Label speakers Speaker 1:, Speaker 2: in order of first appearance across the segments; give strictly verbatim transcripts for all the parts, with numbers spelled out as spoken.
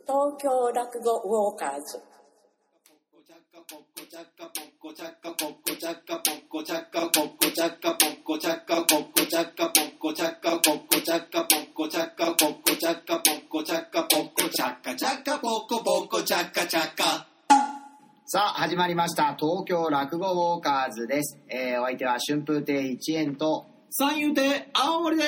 Speaker 1: 東京落語ウォーカーズ。
Speaker 2: さあ始まりました東京落語ウォーカーズです、えー、お相手は春風亭一円と
Speaker 3: 三遊亭青森です。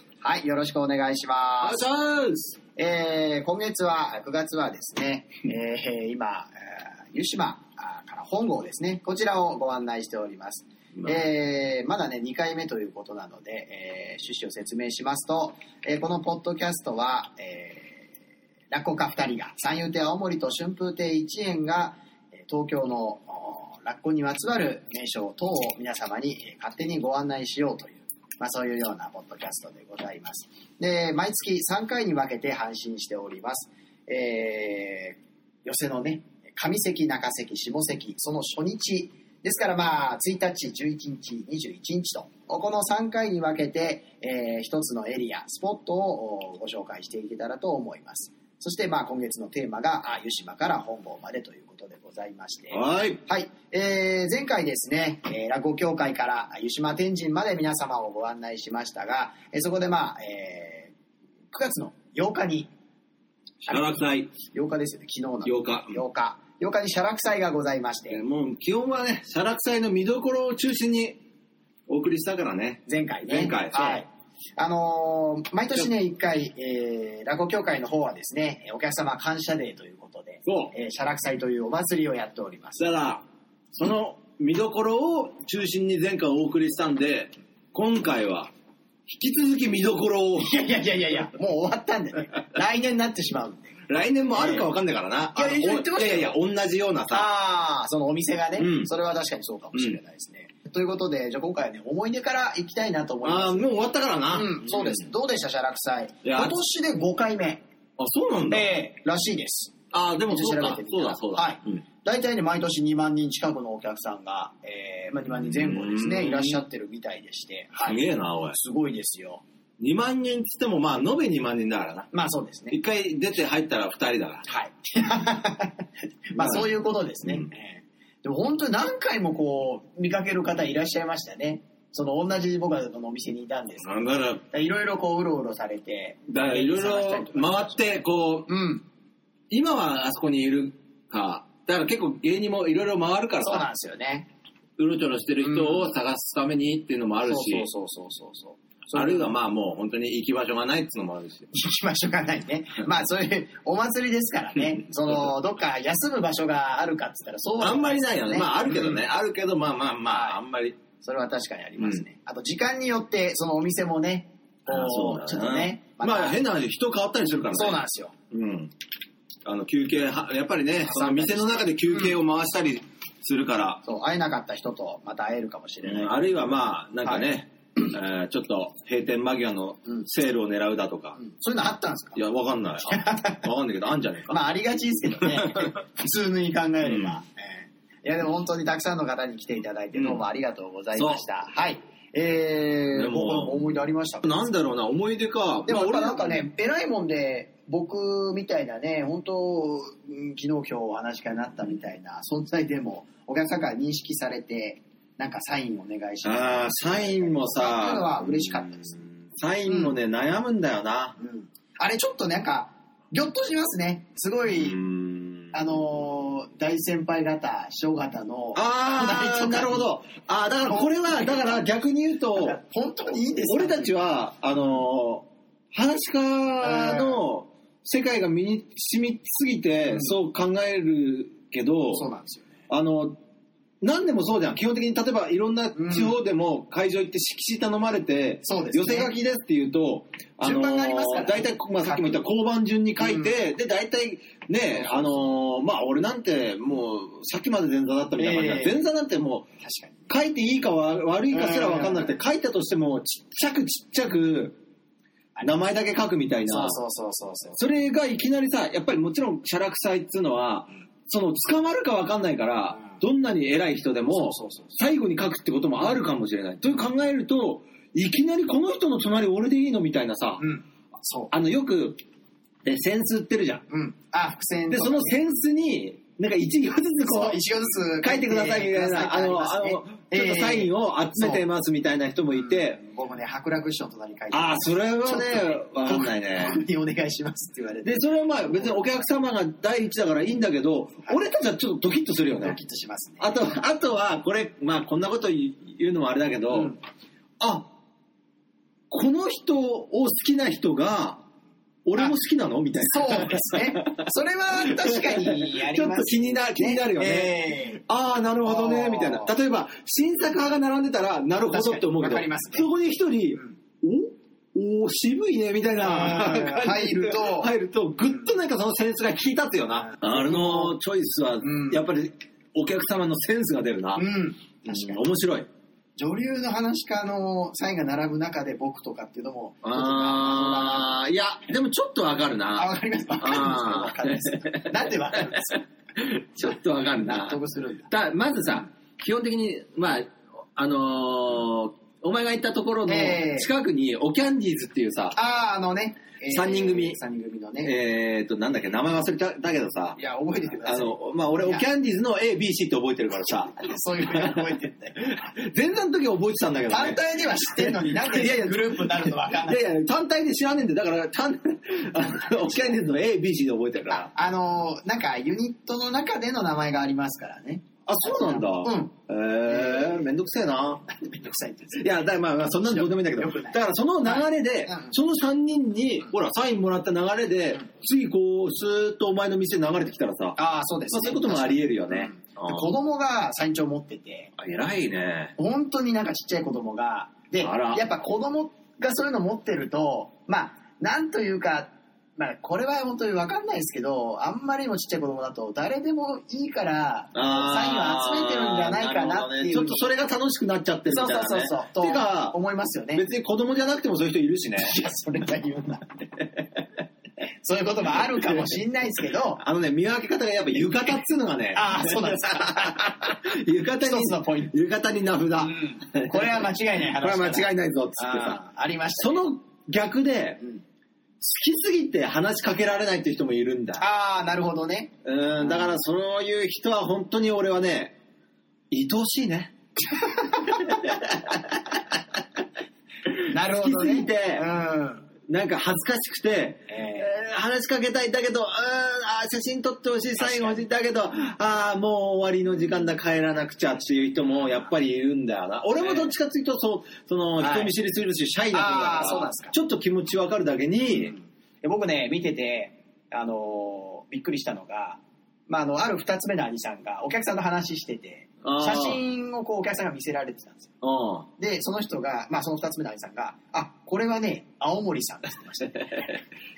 Speaker 2: はい、よろしくお願いします。
Speaker 3: お願いします。
Speaker 2: えー、今月はくがつはですね、えー、今湯島から本郷ですね、こちらをご案内しております。えー、まだねにかいめということなので、えー、趣旨を説明しますと、えー、このポッドキャストは、えー、落語家ふたりが三遊亭青森と春風亭一円が東京の落語にまつわる名所等を皆様に勝手にご案内しようという、まあ、そういうようなポッドキャストでございます。で、毎月さんかいに分けて配信しております。えー、寄席のね、上関、中関、下関、その初日ですから、まあついたち、じゅういちにち、にじゅういちにちとこのさんかいに分けて、えー、一つのエリアスポットをご紹介していけたらと思います。そしてまあ今月のテーマが湯島から本郷までということでございまして、
Speaker 3: はい、
Speaker 2: はい、えー、前回ですね、えー、落語協会から湯島天神まで皆様をご案内しましたが、えー、そこでまあ、えー、くがつのようかに
Speaker 3: 写楽祭、
Speaker 2: ようかですよね、昨日の
Speaker 3: ようか
Speaker 2: ようかようかに写楽祭がございまして、
Speaker 3: えー、もう基本はね写楽祭の見どころを中心にお送りしたからね、
Speaker 2: 前回ね、
Speaker 3: 前回、
Speaker 2: はい、あのー、毎年ねいっかい、えー、落語協会の方はですねお客様感謝デーということで、えー、写楽祭というお祭りをやっております。
Speaker 3: だからその見どころを中心に前回お送りしたんで、今回は引き続き見どころを
Speaker 2: いやいやいやいやいやもう終わったんでね来年になってしまうんで
Speaker 3: 来年もあるか分かんないからな、
Speaker 2: えー、いや言ってましたよ。
Speaker 3: いやいや同じようなさ
Speaker 2: あそのお店がね、うん、それは確かにそうかもしれないですね、うん、ということでじゃあ今回はね思い出から行きたいなと思います。
Speaker 3: ああもう終わったからな、
Speaker 2: うん、そうです、うん、どうでした写楽祭。今年でごかいめ。
Speaker 3: あそうなんだ、
Speaker 2: えー、らしいです。
Speaker 3: あでもそうかそうだそうだ、
Speaker 2: はい、うん、大体ね毎年にまんにん近くのお客さんが、えーまあ、にまんにんぜん後ですねいらっしゃってるみたいでして、
Speaker 3: はい、すげえなおい、
Speaker 2: すごいですよ。
Speaker 3: にまんにんっつってもまあ延べにまんにんだからな。
Speaker 2: まあそうですね、
Speaker 3: いっかい出て入ったらふたりだから、
Speaker 2: はいまあそういうことですね、うん、えー、でも本当に何回もこう見かける方いらっしゃいましたね。その同じ僕はのお店にいたんですけど、だからいろいろこううろうろされて、
Speaker 3: だからいろいろ回ってこう、うん、今はあそこにいるか、だから結構芸人もいろいろ回るからさ、
Speaker 2: そうなんですよね、
Speaker 3: うろちょろしてる人を探すためにっていうのもあるし、
Speaker 2: うん、そうそうそうそうそう、
Speaker 3: あるいはまあもう本当に行き場所がないっていうのもあるし、
Speaker 2: 行き場所がないねまあそういうお祭りですからねそのどっか休む場所があるかっつったらそうは
Speaker 3: あんまりないよね。まああるけどね、うん、あるけどまあまあまあ、はい、あんまり
Speaker 2: それは確かにありますね、うん、あと時間によってそのお店もねこうそうだねちょっとね、
Speaker 3: ま, まあ変な話人変わったりするからね。
Speaker 2: そうなんですよ、
Speaker 3: うん、あの休憩やっぱりねその店の中で休憩を回したりするから、
Speaker 2: うん、そう会えなかった人とまた会えるかもしれない、
Speaker 3: うん、あるいはまあなんかね、はいえー、ちょっと閉店間際のセールを狙うだとか、
Speaker 2: うん、そういうのあったんですか。
Speaker 3: いやわかんないわかんないけどあんじゃねえか
Speaker 2: まあありがちですけどね普通に考えれば、うんえー、いやでも本当にたくさんの方に来ていただいてどうもありがとうございました、うん、はいえー、僕の思い出ありましたか。
Speaker 3: なんだろうな思い出か。
Speaker 2: でも俺なんかね偉いもんで僕みたいなね本当昨日今日お話がなったみたいな存在でもお客さんから認識されてなんかサインお願いします。
Speaker 3: ああ、サインもさ、
Speaker 2: そういうのは嬉しかったです。
Speaker 3: サインもね、うん、悩むんだよな、
Speaker 2: うん。あれちょっとなんかギョッとしますね。すごいあのー、大先輩方、師匠方の
Speaker 3: ああ、なるほど。ああ、だからこれはだから逆に言うと
Speaker 2: 本当にいいですか。
Speaker 3: 俺たちはあのー、話し家の世界が身に染みすぎてそう考えるけど、
Speaker 2: うん、そうなんですよね。
Speaker 3: あの何でもそうじゃん。基本的に例えばいろんな地方でも会場行って色紙頼まれて、うんね、寄せ書きですって言うと、
Speaker 2: あのー、順番がありますからね。
Speaker 3: 大体、まあ、さっきも言った交番順に書いて、うん、で大体ね、あのー、まあ俺なんてもうさっきまで前座だったみたいな感じで、えー、前座なんてもう書いていいか悪いかすら分かんなくて、書いたとしてもちっちゃくちっちゃく名前だけ書くみたいな。
Speaker 2: そうそうそうそう。
Speaker 3: それがいきなりさ、やっぱりもちろん写楽祭っていうのは、その捕まるか分かんないから、うん、どんなに偉い人でも最後に書くってこともあるかもしれない。という考えると、いきなりこの人の隣俺でいいのみたいなさ、うん、そうあのよくで、センス売ってるじゃん。
Speaker 2: うん。あ、伏線、
Speaker 3: ね。で、そのセンスに、なんか一行ずつこう、
Speaker 2: 一行ずつ
Speaker 3: 書いてくださいみたいな、あの、あの、ちょっとサインを集めてますみたいな人もいて、
Speaker 2: うん、僕ね、白楽師匠の隣に書いて
Speaker 3: ああ、それはね、わかんないね。
Speaker 2: 僕にお願いしますって言われて。
Speaker 3: で、それはまあ別にお客様が第一だからいいんだけど、はい、俺たちはちょっとドキッとするよね。
Speaker 2: ドキッとしますね。
Speaker 3: あと、あとは、これ、まあこんなこと言うのもあれだけど、うん、あ、この人を好きな人が、俺も好きなのみたいな。
Speaker 2: そうですね。それは確かにあります、ね。
Speaker 3: ちょっと気にな、気になるよね。えー、ああ、なるほどね、みたいな。例えば、新作派が並んでたら、なるほどって思うけど、ね、そこに一人、うん、おお渋いね、みたいな。
Speaker 2: 入ると、
Speaker 3: 入ると、ぐっとなんかそのセンスが引き立つよな。うん、あのチョイスは、やっぱりお客様のセンスが出るな。
Speaker 2: うん。確かに。
Speaker 3: 面白い。
Speaker 2: 女流の話家のサインが並ぶ中で僕とかっていうのも
Speaker 3: ああいやでもちょっとわかるな。
Speaker 2: あわかりますわかるんですよ。わかるんですよ。なんでわかるんですか。
Speaker 3: ちょっとわかるな。
Speaker 2: 納得するんだ。
Speaker 3: だまずさ基本的にまああのー、お前が行ったところの近くにオキャンディーズっていうさ、
Speaker 2: えー、あああのね。
Speaker 3: さんにん組。
Speaker 2: さんにん組のね。
Speaker 3: えーと、なんだっけ、名前忘れただけどさ。
Speaker 2: いや、覚えててください。
Speaker 3: あの、まあ、俺、オキャンディーズの A、B、C って覚えてるからさ。
Speaker 2: そういうふうに覚えてるんだよ。
Speaker 3: 前座の時は覚えてたんだけどね。
Speaker 2: 単体では知ってるのに、なんでグループになるのわかんない。
Speaker 3: いやいや、単体で知らねえんだよ。だから、単、オキャンディーズの A、B、C で覚えてるから。
Speaker 2: あ、あの、なんか、ユニットの中での名前がありますからね。
Speaker 3: あ、そうなんだ。うん。えー、めんどくせえな。
Speaker 2: めんどくさいって言
Speaker 3: う。いや、だからまあ、まあ、そんなのどうでもいいんだけど。だからその流れで、そのさんにんに、ほら、サインもらった流れで、次こう、スーッとお前の店流れてきたらさ。
Speaker 2: ああ、そうです。
Speaker 3: そういうこともあり得るよね。
Speaker 2: 子供がサイン帳持ってて。
Speaker 3: あ、偉いね。
Speaker 2: 本当になんかちっちゃい子供が。で、やっぱ子供がそういうの持ってると、まあ、なんというか、まあ、これは本当に分かんないですけど、あんまりにもちっちゃい子供だと誰でもいいからサインを集めてるんじゃないかなっていう、ね、
Speaker 3: ちょっとそれが楽しくなっちゃってるみたいな、ね、
Speaker 2: そうそうそうそう
Speaker 3: てか
Speaker 2: 思いますよね。
Speaker 3: 別に子供じゃなくてもそういう人いるしね。
Speaker 2: いやそれは言うなそういうこともあるかもしれないですけど
Speaker 3: あのね見分け方がやっぱ浴衣っつうのがね
Speaker 2: ああそうなんです
Speaker 3: 浴衣に
Speaker 2: 一つのポイント
Speaker 3: 浴衣に名札、
Speaker 2: うん、これは間違いない話
Speaker 3: これは間違いないぞっつってさ
Speaker 2: あ, ありました、
Speaker 3: ね、その逆で、うん好きすぎて話しかけられないっていう人もいるんだ。
Speaker 2: ああ、なるほどね。
Speaker 3: うん、だからそういう人は本当に俺はね、愛おしいね。
Speaker 2: なるほどね。
Speaker 3: 好きすぎて、
Speaker 2: うん、
Speaker 3: なんか恥ずかしくて、えー、話しかけたいんだけど、あ写真撮ってほしい、サイン欲しいんだけど、ああ、もう終わりの時間だ、帰らなくちゃっていう人もやっぱりいるんだよな。俺もどっちかっていうと、そう、その、人見知りするし、シャイな方だから、そうなんですか。ちょっと気持ちわかるだけに、うん、
Speaker 2: 僕ね、見てて、あのー、びっくりしたのが、まあ、あの、ある二つ目の兄さんがお客さんと話してて、写真をこうお客さんが見せられてたんですよ。で、その人が、まあその二つ目の兄さんが、あ、これはね、青森さんって言ってました。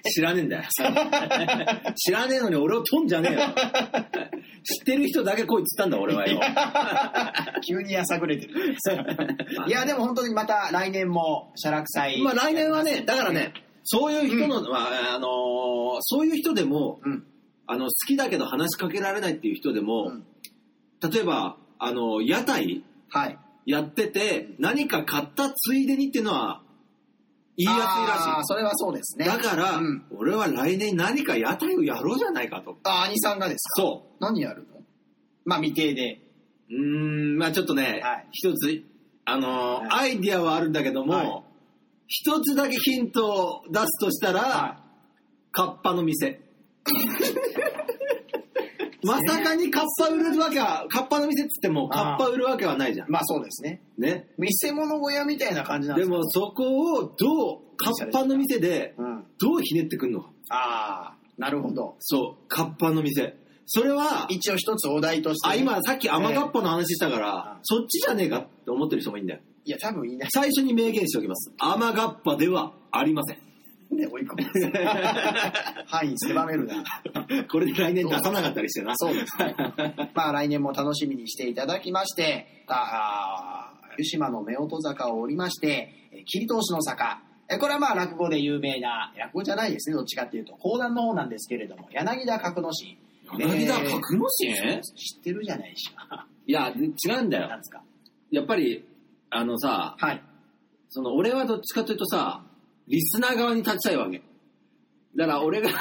Speaker 3: 知らねえんだよ。知らねえのに俺を飛んじゃねえよ。知ってる人だけ来いっつったんだ俺はよ。
Speaker 2: 急にやさぐれてる。いや、でも本当にまた来年も写楽祭。
Speaker 3: まあ来年はね、だからね、そういう人の、うん、まあ、あのー、そういう人でも、うん、あの、好きだけど話しかけられないっていう人でも、うん、例えば、あの、屋台やってて、何か買ったついでにっていうのは言いやすいらしい。
Speaker 2: ああ、それはそうですね。
Speaker 3: だから、うん、俺は来年何か屋台をやろうじゃないかと。
Speaker 2: あ、兄さんがですか？
Speaker 3: そう。
Speaker 2: 何やるの？まあ未定で。
Speaker 3: うーん、まあちょっとね、はい、一つ、あの、はい、アイディアはあるんだけども、はい、一つだけヒントを出すとしたら、はい、カッパの店。まさかにカッパ売るわけは、カッパの店っつってもカッパ売るわけはないじゃん。
Speaker 2: まあそうですね。
Speaker 3: ね。
Speaker 2: 見せ物小屋みたいな感じなんですか？
Speaker 3: でもそこをどう、カッパの店でどうひねってくんの？うん、
Speaker 2: ああ、なるほど。
Speaker 3: そう、カッパの店。それは、
Speaker 2: 一応一つお題として、ね。
Speaker 3: あ、今さっき甘カッパの話したから、えー、そっちじゃねえかって思ってる人もいいんだよ。
Speaker 2: いや、多分いない。
Speaker 3: 最初に明言しておきます。甘カッパではありません。
Speaker 2: で追い込むんですよ。範囲狭めるな。
Speaker 3: これで来年出さなかったりしてな。
Speaker 2: そうですね。まあ来年も楽しみにしていただきまして、あ湯島の夫婦坂を降りまして、切通しの坂。これはまあ落語で有名な、落語じゃないですね、どっちかっていうと、講談の方なんですけれども、柳田格之進。
Speaker 3: 柳田格之進、えー、
Speaker 2: 知ってるじゃないですか。
Speaker 3: いや、違うんだよ。
Speaker 2: なんですか？
Speaker 3: やっぱり、あのさ、はい、その俺はどっちかというとさ、リスナー側に立ちたいわけ。だから俺が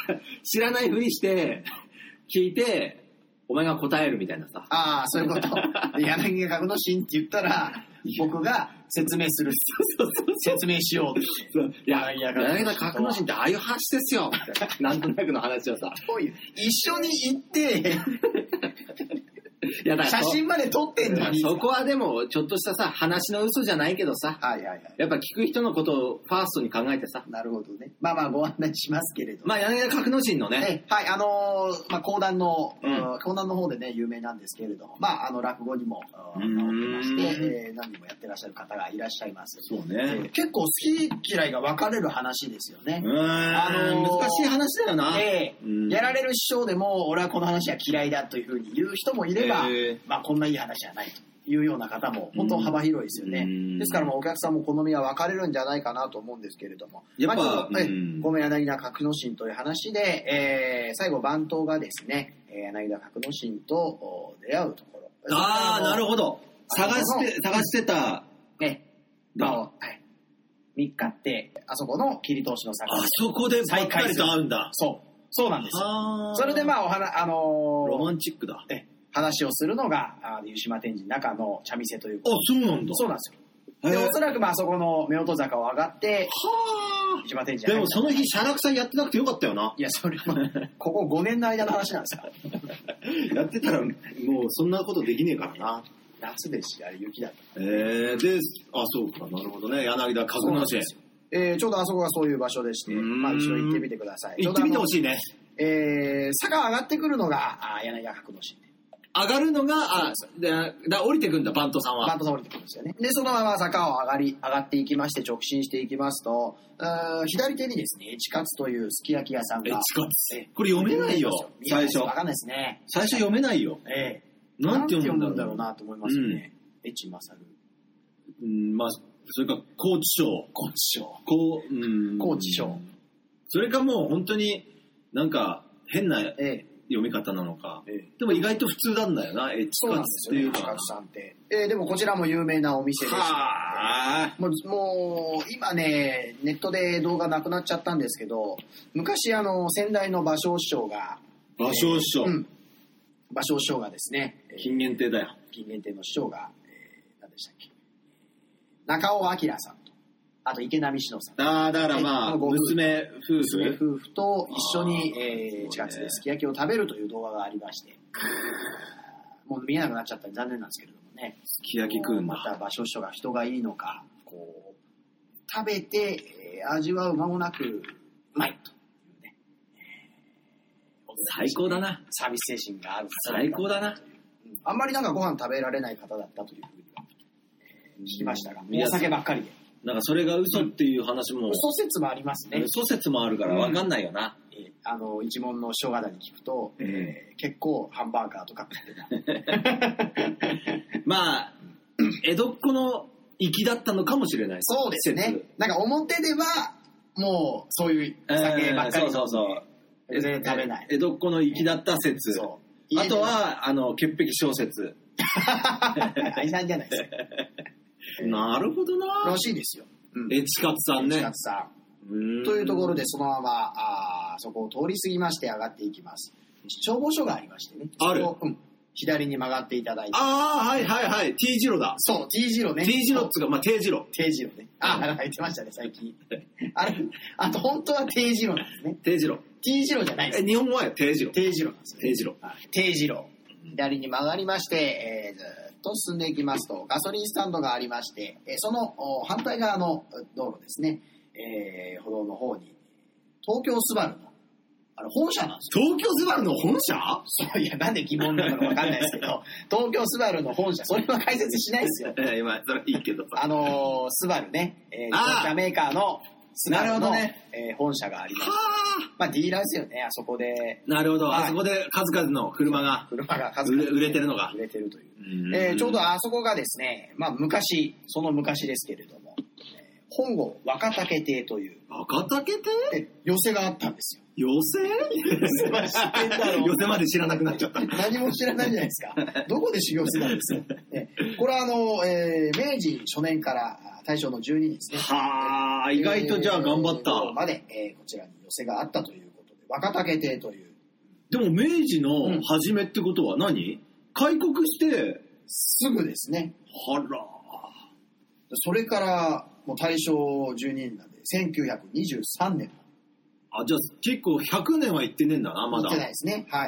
Speaker 3: 知らないふりして聞いてお前が答えるみたいなさ。
Speaker 2: ああ、そういうこと。柳家格之進って言ったら僕が説明する。説明しようって。
Speaker 3: いや、柳田格之進ってああいう話ですよ。なんとなくの話をさ。
Speaker 2: 一緒に行って。いやだ写真まで撮ってんのに
Speaker 3: そこはでもちょっとしたさ話の嘘じゃないけどさ、
Speaker 2: はいはいはい、
Speaker 3: やっぱ聞く人のことをファーストに考えてさ。
Speaker 2: なるほどね。まあまあご案内しますけれど、
Speaker 3: まあ柳田格之進のね、
Speaker 2: はい、あのー、まあ講談の、うん、講談の方でね有名なんですけれども、まああの落語にもなってまして、えー、何人もやってらっしゃる方がいらっしゃいます。
Speaker 3: そうね、え
Speaker 2: ー、結構好き嫌いが分かれる話ですよね。
Speaker 3: うん、あのー、難しい話だよな、
Speaker 2: えー、やられる師匠でも俺はこの話は嫌いだというふうに言う人もいれば、えー、まあこんないい話じゃないというような方も本当幅広いですよね。ですからもうお客さんも好みは分かれるんじゃないかなと思うんですけれども、
Speaker 3: やっぱ、
Speaker 2: まあ、この柳田格之進という話で、えー、最後番頭がですね柳田格之進と出会うところ。
Speaker 3: ああなるほど。探して探してた
Speaker 2: ね、まあはい、みっかってあそこの切り通しの坂
Speaker 3: あそこで再会と会うんだ。
Speaker 2: そうそうなんですよ。それでまあお話あのー、
Speaker 3: ロマンチックだ。
Speaker 2: え話をするのが湯島天神中の茶店という
Speaker 3: あそうなんだ。
Speaker 2: そうなんですよ。でおそらくまあそこの夫婦坂を上がって湯島天神
Speaker 3: でもその日写楽祭やってなくてよかったよな。
Speaker 2: いやそれはここごねんの間の話なんですか
Speaker 3: やってたらもうそんなことできねえからな。
Speaker 2: 夏ですしあれ雪だった。
Speaker 3: えー、であそうかなるほどね。柳田格之進、
Speaker 2: えー、ちょうどあそこがそういう場所でして、まあ、一緒に行ってみてください。
Speaker 3: 行ってみてほしいね。
Speaker 2: えー、坂上がってくるのが柳田格之進。
Speaker 3: 上がるのが、あ、で、だ降りてくんだ、バントさんは。
Speaker 2: バントさん降りてくるんですよね。で、そのまま坂を上がり、上がっていきまして、直進していきますと、左手にですね、エチカツというすき焼き屋さんが。
Speaker 3: エチカツこれ読めないよ、最初。
Speaker 2: わかんないですね。
Speaker 3: 最初読めないよ。
Speaker 2: ええ。
Speaker 3: なんて読むん
Speaker 2: だろうなと思いますよね。エチマサル。
Speaker 3: うん、まあ、それか、高知省。
Speaker 2: 高知省。
Speaker 3: こう、うん。
Speaker 2: 高知省。
Speaker 3: それかもう本当になんか変な、
Speaker 2: ええ。
Speaker 3: 読み方なのか、
Speaker 2: ええ、
Speaker 3: でも意外と普通なんだよな、エチカツっていうか。
Speaker 2: エチカツさんって、えー、でもこちらも有名なお店でして、
Speaker 3: は
Speaker 2: もう、もう今ねネットで動画なくなっちゃったんですけど、昔あの先代の芭蕉師匠が
Speaker 3: 芭蕉師匠、
Speaker 2: えーうん、芭蕉師匠がですね
Speaker 3: 金元亭だよ。
Speaker 2: 金元亭の師匠が、えー、何でしたっけ、中尾明さんと、あと池波志乃さん。
Speaker 3: ああ、だからまあ、娘夫婦。
Speaker 2: 娘夫婦と一緒に、えー、近くですき焼きを食べるという動画がありまして、もう見えなくなっちゃったんで残念なんですけれどもね。
Speaker 3: すき焼き食うんだ。
Speaker 2: また場所所が人がいいのか、こう、食べて、えー、味わう間もなく、うまいというね。
Speaker 3: えー、最高だな。
Speaker 2: サービス精神がある。
Speaker 3: 最高だな。
Speaker 2: うん。あんまりなんかご飯食べられない方だったというふうには、えー、聞きましたが、お酒ばっかりで。
Speaker 3: なんかそれが嘘っていう話も、うん、
Speaker 2: 嘘説もありますね。
Speaker 3: 嘘説もあるから分かんないよな、
Speaker 2: うん、えー、あの一門の師匠方に聞くと、うん、えー、結構ハンバーガーとか食ってた
Speaker 3: まあ江戸っ子の粋だったのかもしれない。
Speaker 2: そうですね。なんか表ではもうそういう酒ばっかり、
Speaker 3: えー、そうそうそう
Speaker 2: 全然食べない
Speaker 3: 江戸っ子の粋だった説、そうあとはあの潔癖小説
Speaker 2: 愛さんじゃないですか
Speaker 3: なるほどな。
Speaker 2: らしいですよ。
Speaker 3: うん、エチカツさんね。
Speaker 2: エチカツさん。というところでそのままあそこを通り過ぎまして上がっていきます。消防署がありましてね。
Speaker 3: ある。
Speaker 2: うん、左に曲がっていただいて。
Speaker 3: ああはいはいはい。T 字路だ。
Speaker 2: そう T 字路ね。
Speaker 3: T 字路っつうかまあ T 字路。
Speaker 2: T 字路ね。ああなんか言ってましたね最近。あれあと本当は T 字路なんですね。
Speaker 3: T 字路。
Speaker 2: T 字路じゃないです。
Speaker 3: え日本語は T 字路。
Speaker 2: T 字路なんですよ。
Speaker 3: T 字路。
Speaker 2: T 字路。左に曲がりまして、えー、ずっと進んでいきますとガソリンスタンドがありまして、えー、その反対側の道路ですね、えー、歩道の方に東京スバルのあの本社なんです
Speaker 3: よ。東京スバルの本社？
Speaker 2: そういやなんで疑問なのか分かんないですけど東京スバルの本社、それは解説しないですよ。
Speaker 3: 今それいいけど
Speaker 2: あのー、スバルね、えー、自動車メーカーのスバルの、ねえー、本社があります。まあディーラーですよね、あそこで。
Speaker 3: なるほど、はい、あそこで数々の車が
Speaker 2: 車が数々
Speaker 3: 売れてるのが
Speaker 2: 売れてるという、えー、ちょうどあそこがですね、まあ昔その昔ですけれども、えー、本郷若竹亭という
Speaker 3: 若竹亭
Speaker 2: 寄席があったんですよ。
Speaker 3: 寄席？寄席まで知らなくなっちゃった。
Speaker 2: 何も知らないじゃないですか。どこで修行してたんですよ。ね、これはあの、えー、明治初年から大正のじゅうにねんですね。
Speaker 3: はあ、意外とじゃあ頑張った。
Speaker 2: まで、えー、こちらに寄席があったということで若竹亭という。
Speaker 3: でも明治の初めってことは何、うん、開国して
Speaker 2: すぐですね。
Speaker 3: はら。
Speaker 2: それからもう大正じゅうにねんなんでせんきゅうひゃくにじゅうさんねん。
Speaker 3: あ、じゃあ結構ひゃくねんは行ってねえんだな、まだ。
Speaker 2: 行ってないですね。はい。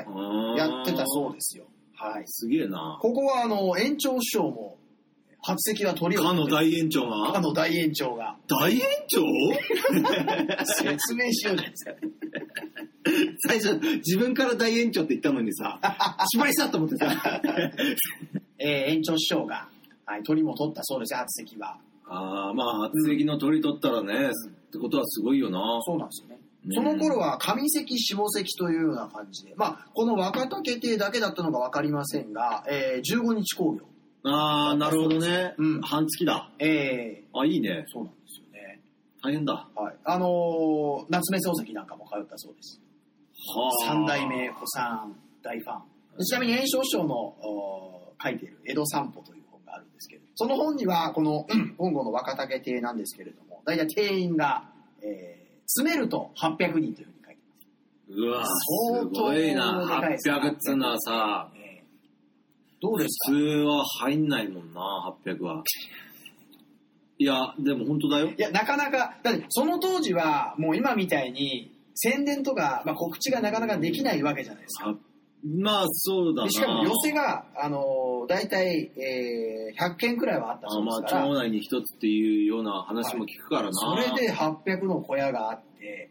Speaker 2: やってたそうですよ。はい。
Speaker 3: すげえな。
Speaker 2: ここはあの園長師匠も初席は鳥を。
Speaker 3: かの大園長が。
Speaker 2: かの大園長が。
Speaker 3: 大園長
Speaker 2: 説明しようじゃないですか。
Speaker 3: 最初自分から大園長って言ったのにさ、失敗したと思ってさ。
Speaker 2: えー、園長師匠が、はい、鳥も取ったそうですよ、初席は。
Speaker 3: ああ、まあ初席の鳥取ったらね、うん、ってことはすごいよな。
Speaker 2: そうなんですよね。その頃は上席下席というような感じで、まあこの若竹亭だけだったのか分かりませんが、えー、じゅうごにち興行。
Speaker 3: ああ、なるほどね。
Speaker 2: うん、
Speaker 3: 半月だ。
Speaker 2: ええ
Speaker 3: ー。あ、いいね。
Speaker 2: そうなんですよね。
Speaker 3: 大変だ。
Speaker 2: はい。あのー、夏目漱石なんかも通ったそうです。はあ。三代目古参大ファン。ちなみに圓生師匠の書いている江戸散歩という本があるんですけれど、その本にはこの本郷の若竹亭なんですけれども、大体定員が、えー、詰めるとはっぴゃくにんというふうに書いてます。
Speaker 3: うわ、すごいな。はっぴゃくっつうのはさ、え
Speaker 2: ー、どうですか？
Speaker 3: 普通は入んないもんな、はっぴゃくは。いや、でも本当だよ。
Speaker 2: いや、なかなか、だってその当時はもう今みたいに宣伝とか、まあ、告知がなかなかできないわけじゃないですか。
Speaker 3: まあそうだな。
Speaker 2: しかも寄せが、あのー、大体、えー、ひゃっけんくらいはあったそうですから。
Speaker 3: あ、まあ町内に一つっていうような話も聞くからな。
Speaker 2: はい、それではっぴゃくの小屋があって、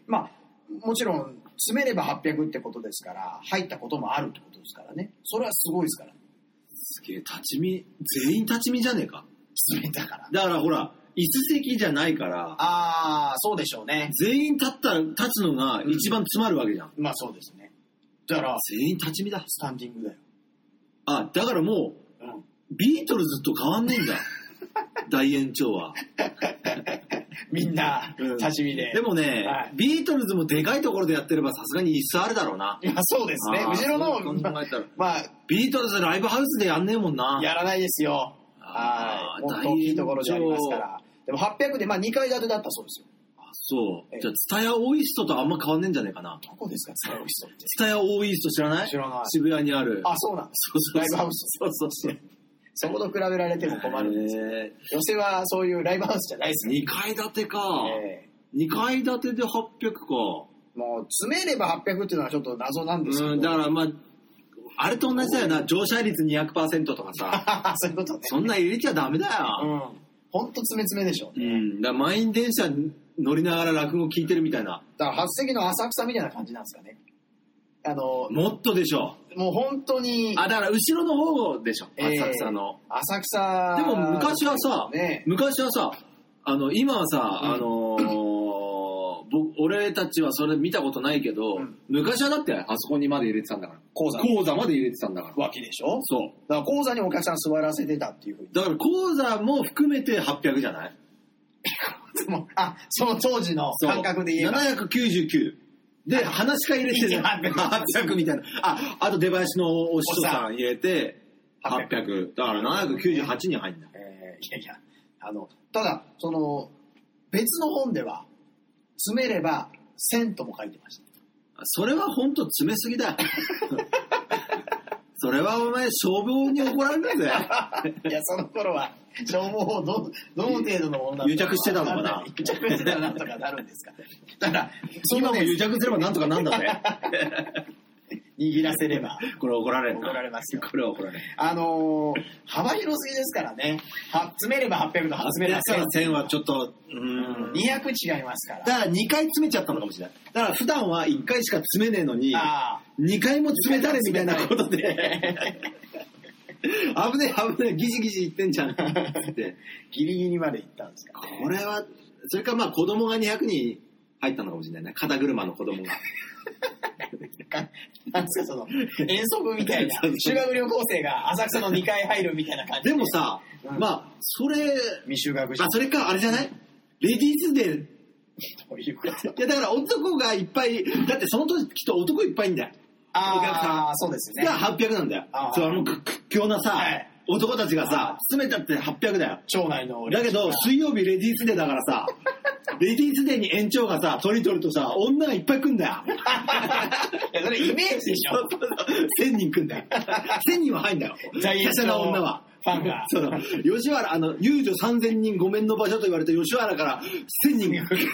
Speaker 2: まあもちろん詰めればはっぴゃくってことですから、入ったこともあるってことですからね。それはすごいですから。
Speaker 3: すげえ、立ち見、全員立ち見じゃねえか。
Speaker 2: 詰めたから。
Speaker 3: だからほら、椅子席じゃないから。
Speaker 2: ああ、そうでしょうね。
Speaker 3: 全員立ったら、立つのが一番詰まるわけじゃん。
Speaker 2: うん、まあそうですね。だから、
Speaker 3: 全員立ち見だ。
Speaker 2: スタンディングだよ。
Speaker 3: あ、だからもう、うん、ビートルズと変わんねえんだ。大園長は。
Speaker 2: みんな、立ち見で。
Speaker 3: でもね、はい、ビートルズもでかいところでやってればさすがに椅子あるだろうな。
Speaker 2: いや、そうですね。後ろの、
Speaker 3: 考えたら、
Speaker 2: まあ、
Speaker 3: ビートルズライブハウスでやんねえもんな。
Speaker 2: やらないですよ。はい。もっと大きいところでありますから。でもはっぴゃくで、まあにかい建てだったそうですよ。
Speaker 3: そう。じゃあ、ツタヤオーイーストとあんま変わんねえんじゃねえかな。
Speaker 2: どこですか、ツタヤオーイーストって。
Speaker 3: ツタヤオーイースト知らない？
Speaker 2: 知らない。
Speaker 3: 渋谷にある。
Speaker 2: あ、そうなんです。
Speaker 3: そうそうそう。
Speaker 2: ライブハウス。
Speaker 3: そうそうそう。
Speaker 2: そこと比べられても困るんですよ。寄せはそういうライブハウスじゃないですよ。
Speaker 3: にかい建てか。えー、にかい建てではっぴゃくか。も
Speaker 2: う、詰めればはっぴゃくっていうのはちょっと謎なんですけど。
Speaker 3: うん、だからまあ、あれと同じだよな。乗車率 にひゃくパーセント とかさ。
Speaker 2: そういうことね。
Speaker 3: そんな入れちゃダメだよ。
Speaker 2: うん。ほんと詰め詰めでしょ。
Speaker 3: うん。だから満員電車乗りながら落語聞いてるみたいな。
Speaker 2: だから初席の浅草みたいな感じなんですかね。あの、
Speaker 3: もっとでしょ。
Speaker 2: もう本当に。
Speaker 3: あ、だから後ろの方でしょ。浅草の。
Speaker 2: えー、浅草。
Speaker 3: でも昔はさ、
Speaker 2: ね、
Speaker 3: 昔はさ、あの、今はさ、うん、あのー、僕、俺たちはそれ見たことないけど、うん、昔はだってあそこにまで入れてたんだから。
Speaker 2: 講座。
Speaker 3: 講座まで入れてたんだから。
Speaker 2: 脇でしょ？
Speaker 3: そう。
Speaker 2: だから講座にお客さん座らせてたっていうふうに。
Speaker 3: だから講座も含めてはっぴゃくじゃない
Speaker 2: あ、その当時の感覚で言えば。
Speaker 3: ななひゃくきゅうじゅうきゅう。で、話し家入れてはっぴゃくみたいな。あ、あと出囃子のお師匠さん入れて、はっぴゃく。だからななひゃくきゅうじゅうはちにん入るんだ。
Speaker 2: えー、いやいや、あの、ただ、その、別の本では、詰めればせんとも書いてました。
Speaker 3: それは本当詰めすぎだ。それはお前消防に怒られるぜ。
Speaker 2: いや、その頃は消防をどどの程度のものだ
Speaker 3: 癒着してたのかな。
Speaker 2: 癒着してたらなんとかなるんですか。だから
Speaker 3: 今も癒着すればなんとかなんだぜ。
Speaker 2: 握らせれば。
Speaker 3: これ怒られる。
Speaker 2: 怒られますよ。
Speaker 3: これは怒られる。
Speaker 2: あのー、幅広すぎですからね。は詰めればはっぴゃくと詰めれば
Speaker 3: せんはちょっと、う
Speaker 2: ーん。にひゃく違いますから。
Speaker 3: だからにかい詰めちゃったのかもしれない。だから普段はいっかいしか詰めねえのに、にかいも詰めたれみたいなことで。危ねえ危ねえギジギジ言ってんじゃんって
Speaker 2: ギリギリまで行ったんですか、
Speaker 3: ね、これはそれかまあ子供がにひゃくにん入ったのかもしれないね。肩車の子供が
Speaker 2: なんですかその遠足みたいな修学旅行生が浅草のにかい入るみたいな感じ
Speaker 3: で, でもさ、うん、まあそれ
Speaker 2: 未就学児、
Speaker 3: あ、それかあれじゃない、レディースデー
Speaker 2: どういうこと？い
Speaker 3: やだから男がいっぱいだってその時きっと男いっぱいいんだよ。
Speaker 2: ああ、そうですね。
Speaker 3: がはっぴゃくなんだよ。そう、あの屈強なさ、はい、男たちがさ、詰めたってはっぴゃくだよ。
Speaker 2: 町内の。
Speaker 3: だけど、水曜日レディースデーだからさ、 レディースデーに延長がさ、取り取るとさ、女がいっぱい来んだよ。
Speaker 2: いや、それイメージでしょ。
Speaker 3: せんにん来んだよ。せんにんは入んだよ。
Speaker 2: ジャイアンツの
Speaker 3: 女は。
Speaker 2: ファンが。
Speaker 3: そうだ。吉原、あの、遊女さんぜんにんごめんの場所と言われた吉原からせんにんが来る。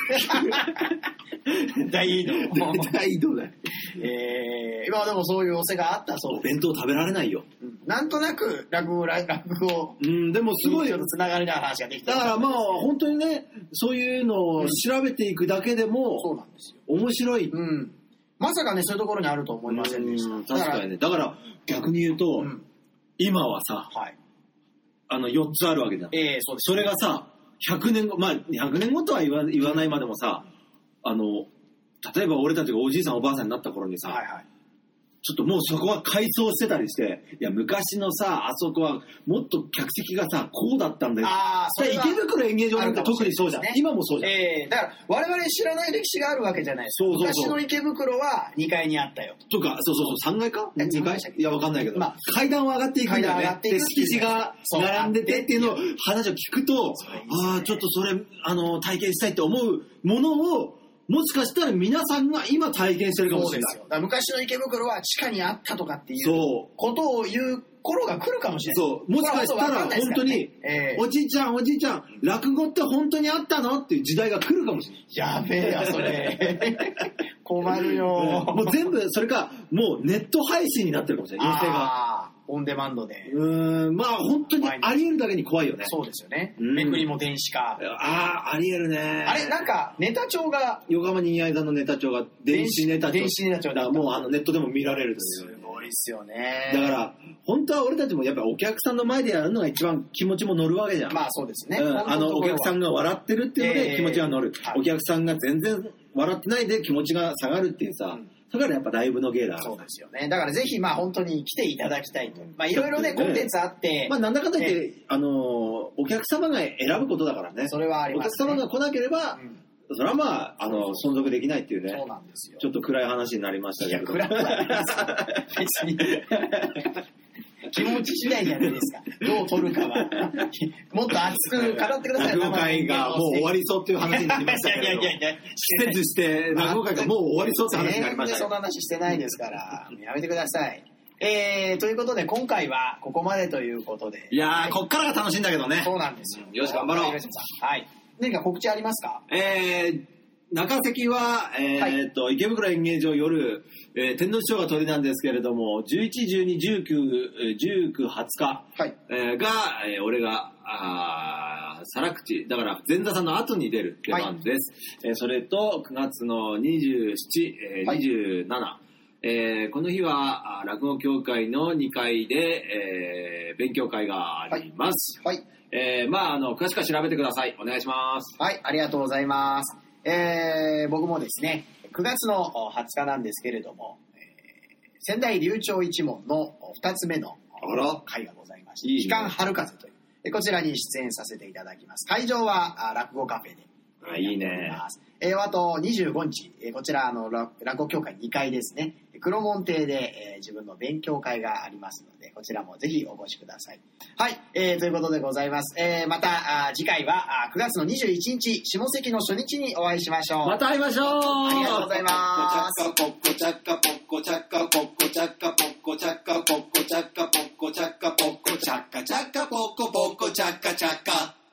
Speaker 2: 大移動。
Speaker 3: 大移動だよ。
Speaker 2: えー、今でもそういうお世があったそう
Speaker 3: お弁当食べられないよ。
Speaker 2: うん、なんとなく落語、落語、
Speaker 3: うん、でもすごい。
Speaker 2: ちょっとつながりのある話ができた。
Speaker 3: だからまあ、本当にね、そういうのを調べていくだけでも、
Speaker 2: そうなんですよ。
Speaker 3: 面白い。
Speaker 2: うん。まさかね、そういうところにあると思いませんでした。
Speaker 3: 確かにね。だから逆に言うと、うん、今はさ、はい、あのよっつあるわけじゃん。えー、そうです。それがさ、ひゃくねんご、まあひゃくねんごとは言わ、言わないまでもさ、あの、例えば俺たちがおじいさんおばあさんになった頃にさ、はいはい、ちょっともうそこは改装してたりして、いや昔のさ、あそこはもっと客席がさ、こうだったんだよ。ああ、それ池袋演芸場なんて特にそうじゃん。ね、今もそうじゃん。ええー、だから我々知らない歴史があるわけじゃないですか。そうそうそう。昔の池袋はにかいにあったよ。とか、そうそうそう、さんがいか ?に 階いや、わかんないけど、まあ、階段を上がっていくんだよね。で、敷地が並んでてっていうのを話を聞くと、ああ、ちょっとそれ、あの、体験したいって思うものを、もしかしたら皆さんが今体験してるかもしれない。そうですよ。だから昔の池袋は地下にあったとかっていうことを言う頃が来るかもしれない。そう。もしかしたら本当に、えー、おじいちゃんおじいちゃん、落語って本当にあったのっていう時代が来るかもしれない。やべえや、それ。困るよ。もう全部、それか、もうネット配信になってるかもしれない。寄せが。オンデマンドで。うーん、まあ本当にあり得るだけに怖いよね。そうですよね。めくりも電子化。ああ、あり得るね。あれ、なんか、ネタ帳が。横浜にぎわい座のネタ帳が電子ネタ帳。電子ネタ帳だ。もうあのネットでも見られる。すごいっすよね。だから、本当は俺たちもやっぱお客さんの前でやるのが一番気持ちも乗るわけじゃん。まあそうですね。うん、あの、お客さんが笑ってるっていうので気持ちが乗る。えーはい、お客さんが全然笑ってないで気持ちが下がるっていうさ。うんだからやっぱライブの芸だ。そうですよね。だからぜひまあ本当に来ていただきたいと。まあいろいろね、コンテンツあって。まあなんだかんだ言って、ね、あのー、お客様が選ぶことだからね。それはありますね。お客様が来なければ、うん、それはまあ、あの、存続できないっていうね。そうなんですよ。ちょっと暗い話になりましたけど。いや、暗くはないです別に。気持ち次第じゃないですか。どう取るかは。もっと熱く語ってください。落語会がもう終わりそうっていう話になりましたけど。いやいやいやいや。施設して落語会がもう終わりそうって話になりました。そんな話してないですから、やめてください。えー、ということで今回はここまでということで。いやー、こっからが楽しいんだけどね。そうなんですよ。よし、頑張ろう。はい。何か告知ありますか？えー、中関は、えーっと、はい、池袋演芸場夜、えー、天皇師匠が鳥なんですけれども、じゅういち、じゅうに、じゅうく、じゅうく、はつか、はいえー、が、えー、俺が、あ皿口、だから前座さんの後に出る出番です。はいえー、それと、くがつのにじゅうしち、えー、にじゅうなな、はいえー、この日は、落語協会のにかいで、えー、勉強会があります。はい。はい、えー、まあ、あの、詳しくは調べてください。お願いします。はい、ありがとうございます。えー、僕もですね、くがつのはつかなんですけれども、えー、仙台流暢一門のふたつめの会がございまして、いいね、期間春風という、こちらに出演させていただきます。会場は落語カフェで。あ、いいね。えー、あとにじゅうごにち、えー、こちらあの落語協会にかいですね。黒門亭で、えー、自分の勉強会がありますので、こちらもぜひお越しください。はい、えー、ということでございます。えー、また次回はくがつのにじゅういちにち、下関の初日にお会いしましょう。また会いましょう。ありがとうございます。ポッコチャッカポッコチャッカポッコチャッカポッコチャッカポッコチャッカポッコチャッカポッコチャッカポッコチャッカチャッカポッコポッコチャッカチャッカ。